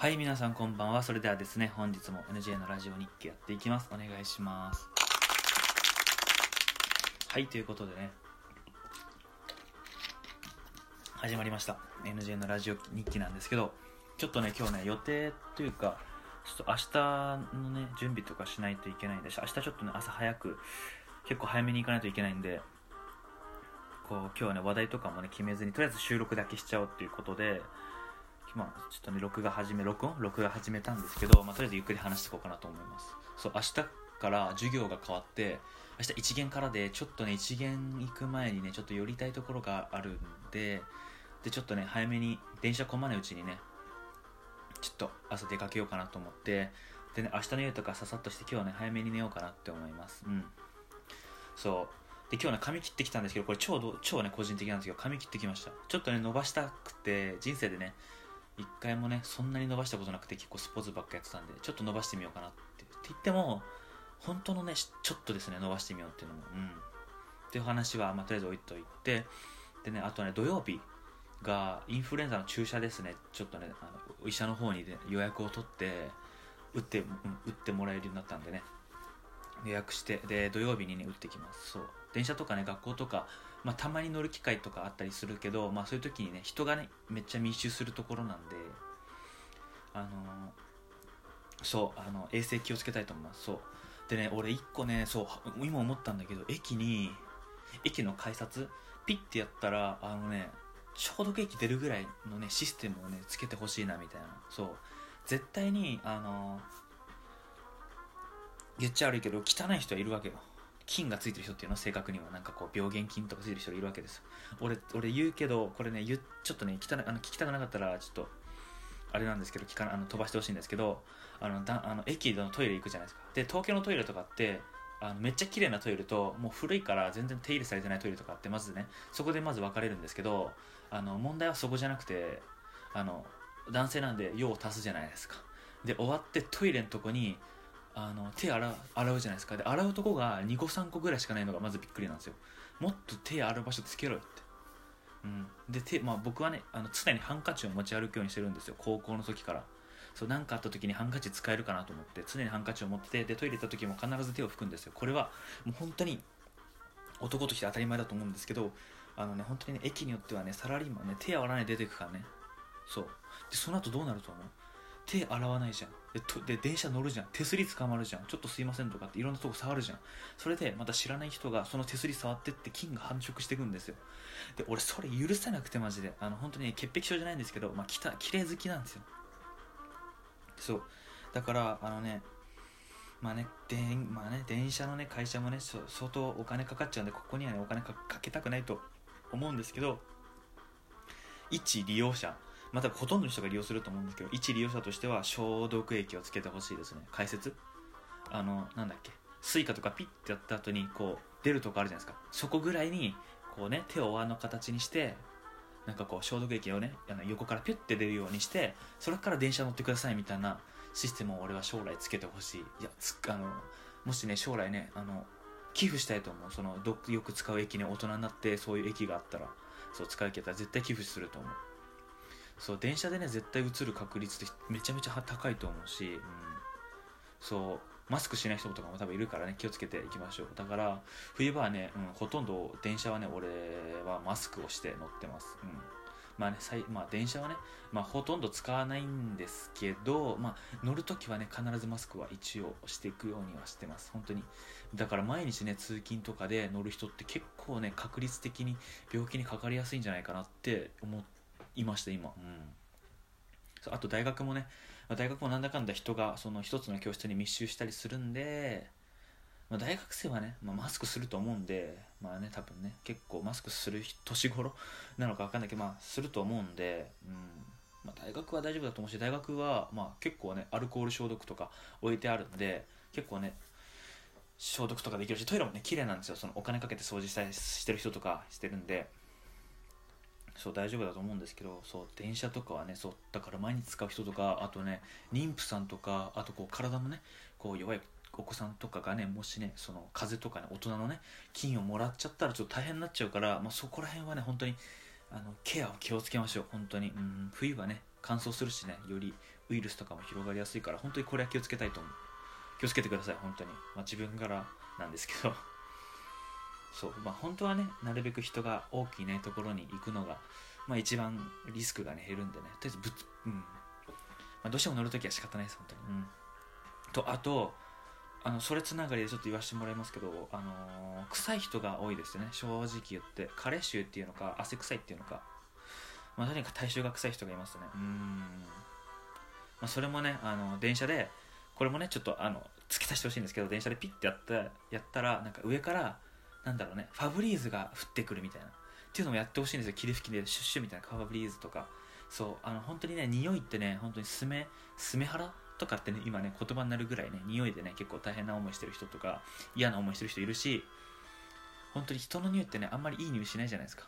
はい、皆さんこんばんは。それではですね、本日も NJ のラジオ日記やっていきます。お願いします。はい、ということでね、始まりました NJ のラジオ日記なんですけど、ちょっとね今日ね予定というかちょっと明日のね準備とかしないといけないんで、明日ちょっとね朝早く結構早めに行かないといけないんで、こう今日はね話題とかもね決めずにとりあえず収録だけしちゃおうっていうことで、ちょっとね録画始めたんですけど、とりあえずゆっくり話していこうかなと思います。そう、明日から授業が変わって、明日一限からで、ちょっとね一限行く前にねちょっと寄りたいところがあるんで、ちょっとね早めに電車混まないうちにねちょっと朝出かけようかなと思って、でね明日の夜とかささっとして今日はね早めに寝ようかなって思います。そうで今日ね髪切ってきたんですけど、これ超ね個人的なんですけど髪切ってきました。ちょっとね伸ばしたくて、人生でね一回もねそんなに伸ばしたことなくて、結構スポーツばっかやってたんでちょっと伸ばしてみようかなって言っても本当のねちょっとですね伸ばしてみようっていうのもっていう話はとりあえず置いといて、でねあとね土曜日がインフルエンザの注射ですね。ちょっとね医者の方に、ね、予約を取って打ってもらえるようになったんでね、予約して、で土曜日にね打ってきます。そう、電車とかね学校とか、たまに乗る機会とかあったりするけど、そういう時にね人がねめっちゃ密集するところなんで、衛生気をつけたいと思います。そうでね、俺一個ね今思ったんだけど、駅の改札ピッてやったら消毒液出るぐらいのねシステムをねつけてほしいなみたいな。そう、絶対に言っちゃ悪いけど汚い人はいるわけよ。菌がついてる人っていうのは正確には病原菌とかついてる人がいるわけです。俺言うけど、これねちょっとね汚い聞きたくなかったらちょっとあれなんですけど、飛ばしてほしいんですけど、駅のトイレ行くじゃないですか。で東京のトイレとかってめっちゃ綺麗なトイレともう古いから全然手入れされてないトイレとかあって、まずねそこでまず分かれるんですけど、問題はそこじゃなくて、男性なんで用を足すじゃないですか。で終わってトイレのとこに手洗うじゃないですか。で洗うとこが2個3個ぐらいしかないのがまずびっくりなんですよ。もっと手洗う場所つけろよって。で僕はね常にハンカチを持ち歩くようにしてるんですよ、高校の時から。そう、何かあった時にハンカチ使えるかなと思って常にハンカチを持ってて、でトイレ行った時も必ず手を拭くんですよ。これはもう本当に男として当たり前だと思うんですけど、本当にね駅によってはねサラリーマンね手洗わないで出てくからね。そうでその後どうなると思う？手洗わないじゃん。で電車乗るじゃん、手すり捕まるじゃん、ちょっとすいませんとかっていろんなとこ触るじゃん。それでまた知らない人がその手すり触ってって菌が繁殖していくんですよ。で俺それ許せなくて、マジで本当に潔癖症じゃないんですけど、綺麗好きなんですよ。そうだから電車のね会社もね相当お金かかっちゃうんで、ここにはねお金かけたくないと思うんですけど、一利用者、ほとんどの人が利用すると思うんですけど、一利用者としては消毒液をつけてほしいですね。解説なんだっけ、スイカとかピッてやった後にこう出るとこあるじゃないですか。そこぐらいにこうね手を輪の形にして、消毒液をね横からピュッて出るようにして、それから電車乗ってくださいみたいなシステムを俺は将来つけてほしい。もしね将来ね寄付したいと思う。よく使う駅に大人になってそういう駅があったら、そう使う駅だったら絶対寄付すると思う。そう電車でね絶対映る確率ってめちゃめちゃ高いと思うし、そうマスクしない人とかも多分いるからね、気をつけていきましょう。だから冬場はね、ほとんど電車はね俺はマスクをして乗ってます。電車はね、ほとんど使わないんですけど、乗るときはね必ずマスクは一応していくようにはしてます。本当にだから毎日ね通勤とかで乗る人って結構ね確率的に病気にかかりやすいんじゃないかなって思いました今。あと大学もね、大学もなんだかんだ人がその一つの教室に密集したりするんで、大学生はね、マスクすると思うんで、多分ね結構マスクする年頃なのか分かんないけど、すると思うんで、大学は大丈夫だと思うし、大学は結構ねアルコール消毒とか置いてあるんで、結構ね消毒とかできるし、トイレもね綺麗なんですよ。そのお金かけて掃除してる人とかしてるんで、そう大丈夫だと思うんですけど、そう電車とかはね、そうだから毎日使う人とか、あとね妊婦さんとか、あとこう体のねこう弱いお子さんとかがね、もしねその風邪とかね大人のね菌をもらっちゃったらちょっと大変になっちゃうから、そこら辺はね本当にケアを気をつけましょう。本当に冬はね乾燥するしね、よりウイルスとかも広がりやすいから、本当にこれは気をつけたいと思う。気をつけてください本当に。自分からなんですけどそう、本当はね、なるべく人が多くいないところに行くのが、一番リスクがね減るんでね、とりあえずどうしても乗るときは仕方ないです本当に。あとそれつながりでちょっと言わせてもらいますけど、臭い人が多いですよね、正直言って。加齢臭っていうのか汗臭いっていうのか、とにかく体臭が臭い人がいますね。それもね、電車でこれもねちょっと付け足してほしいんですけど、電車でピッてやったらなんか上からなんだろうね、ファブリーズが降ってくるみたいなっていうのもやってほしいんですよ。霧吹きでシュッシュみたいなファブリーズとか。そう本当にね、匂いってね、本当にスメハラとかってね、今ね言葉になるぐらいね、匂いでね結構大変な思いしてる人とか嫌な思いしてる人いるし、本当に人の匂いってねあんまりいい匂いしないじゃないですか。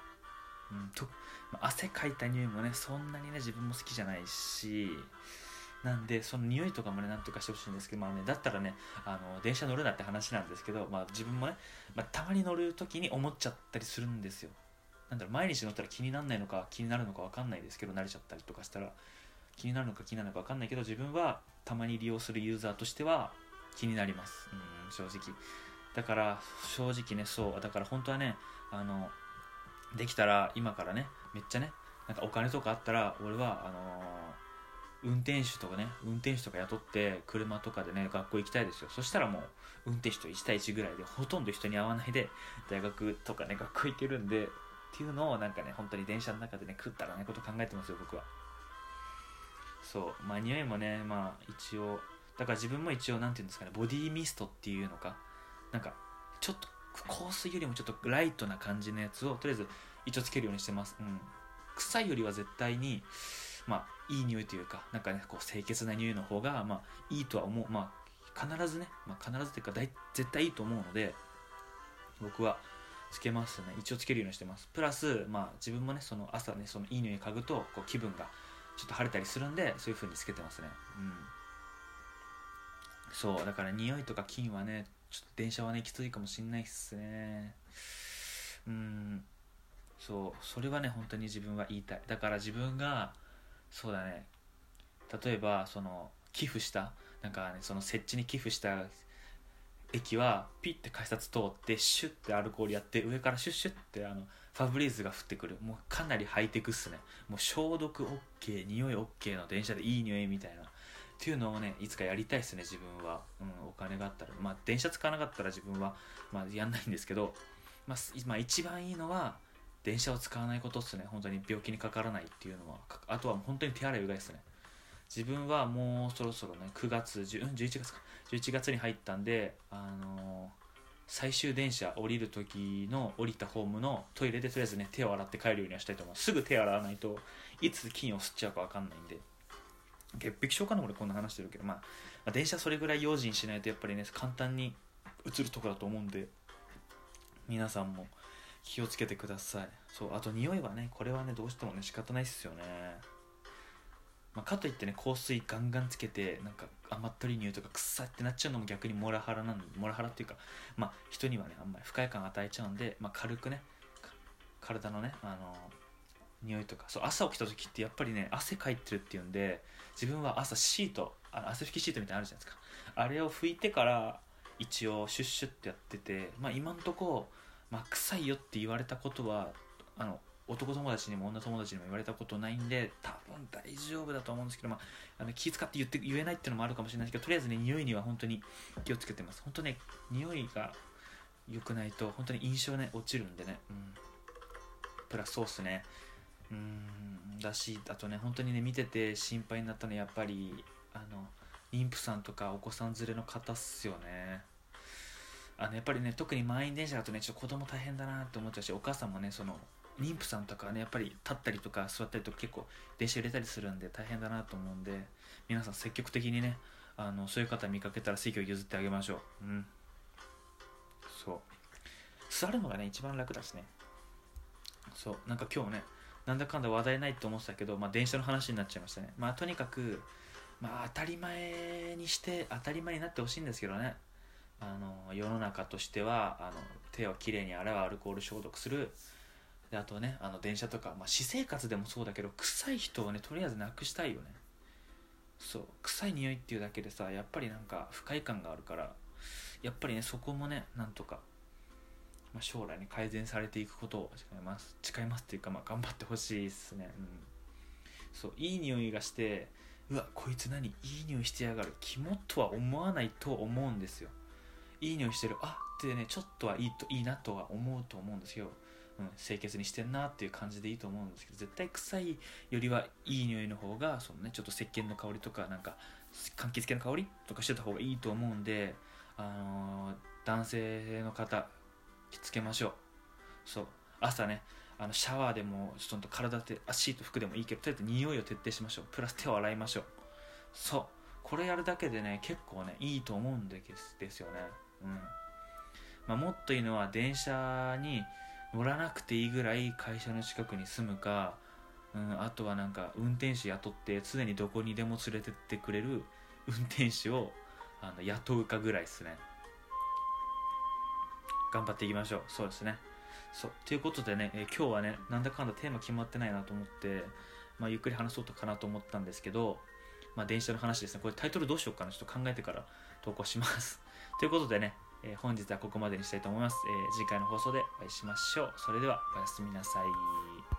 汗かいた匂いもねそんなにね自分も好きじゃないし、なんでその匂いとかもねなんとかしてほしいんですけど、だったらね電車乗るなって話なんですけど、自分もね、たまに乗る時に思っちゃったりするんですよ。毎日乗ったら気にならないのか気になるのか分かんないですけど、慣れちゃったりとかしたら気になるのか気になるのか分かんないけど、自分はたまに利用するユーザーとしては気になります。正直だから正直ね、そうだから本当はねできたら今からねめっちゃねなんかお金とかあったら、俺は運転手とか雇って車とかでね学校行きたいですよ。そしたらもう運転手と1対1ぐらいでほとんど人に会わないで大学とかね学校行けるんでっていうのをなんかね本当に電車の中でね食ったらねこと考えてますよ僕は。そう匂いもね一応だから自分も一応なんていうんですかね、ボディミストっていうのかなんかちょっと香水よりもちょっとライトな感じのやつをとりあえず一応つけるようにしてます。臭いよりは絶対にいい匂いというかなんかねこう清潔な匂いの方がいいとは思う。必ずね、必ずというか絶対いいと思うので僕はつけますね。一応つけるようにしてます。プラス自分もねその朝ねそのいい匂い嗅ぐとこう気分がちょっと晴れたりするんで、そういう風につけてますね。そうだから匂いとか菌はねちょっと電車はねきついかもしんないっすね。そうそれはね本当に自分は言いたい。だから自分がそうだね、例えばその寄付したなんかねその設置に寄付した駅はピッて改札通ってシュッてアルコールやって上からシュッシュッてファブリーズが降ってくる、もうかなりハイテクっすね。もう消毒 OK 匂い OK の電車でいい匂いみたいなっていうのをねいつかやりたいっすね自分は。お金があったら電車使わなかったら自分はやんないんですけど、一番いいのは電車を使わないことっすね。本当に病気にかからないっていうのは。あとは本当に手洗いうがいっすね。自分はもうそろそろね9月11月か11月に入ったんで、最終電車降りる時の降りたホームのトイレでとりあえずね手を洗って帰るようにはしたいと思う。すぐ手洗わないといつ菌を吸っちゃうか分かんないんで。潔癖症かな俺こんな話してるけど、電車それぐらい用心しないとやっぱりね簡単に映るとこだと思うんで、皆さんも気をつけてください。そうあと匂いはねこれはねどうしてもね仕方ないっすよね。かといってね香水ガンガンつけてなんか甘ったるい匂いとかくっさってなっちゃうのも逆にモラハラっていうか人にはねあんまり不快感与えちゃうんで、軽くね体のね匂いとか。そう朝起きた時ってやっぱりね汗かいてるっていうんで、自分は朝シート汗拭きシートみたいなのあるじゃないですか。あれを拭いてから一応シュッシュってやってて、今んとこ臭いよって言われたことは男友達にも女友達にも言われたことないんで多分大丈夫だと思うんですけど、気遣って言えないっていうのもあるかもしれないですけど、とりあえずね匂いには本当に気をつけてます。本当ね匂いが良くないと本当に印象ね落ちるんでね。プラスソースねだし、あとね本当にね見てて心配になったのはやっぱり妊婦さんとかお子さん連れの方っすよね。やっぱりね特に満員電車だとねちょっと子供大変だなって思っちゃうし、お母さんもねその妊婦さんとかねやっぱり立ったりとか座ったりとか結構電車入れたりするんで大変だなと思うんで、皆さん積極的にねそういう方見かけたら席を譲ってあげましょう。そう座るのがね一番楽だしね。そうなんか今日ねなんだかんだ話題ないと思ってたけど、電車の話になっちゃいましたね。とにかく当たり前になってほしいんですけどね。世の中としては手をきれいに洗う、アルコール消毒する、 であとね電車とか、私生活でもそうだけど臭い人をねとりあえずなくしたいよね。そう臭い匂いっていうだけでさやっぱりなんか不快感があるから、やっぱりねそこもねなんとか、将来に改善されていくことを誓いますっていうか、頑張ってほしいですね。そういい匂いがして、うわこいつ何いい匂いしてやがるキモとは思わないと思うんですよ。いい匂いしてるってねちょっとはいいなとは思うと思うんですよ。清潔にしてんなっていう感じでいいと思うんですけど、絶対臭いよりはいい匂いの方がちょっと石鹸の香りとかなんか柑橘系の香りとかしてた方がいいと思うんで、男性の方気つけましょう。そう朝ねシャワーでもちょっと体って足と服でもいいけどとりあえず匂いを徹底しましょう。プラス手を洗いましょう。そうこれやるだけでね結構ねいいと思うんですよね。もっといいのは電車に乗らなくていいぐらい会社の近くに住むか、あとはなんか運転手雇って常にどこにでも連れてってくれる運転手を雇うかぐらいですね。頑張っていきましょう。そうですね。そうということでね、今日はねなんだかんだテーマ決まってないなと思って、ゆっくり話そうとかなと思ったんですけど、電車の話ですね。これタイトルどうしようかなちょっと考えてから投稿しますということでね、本日はここまでにしたいと思います。次回の放送でお会いしましょう。それではおやすみなさい。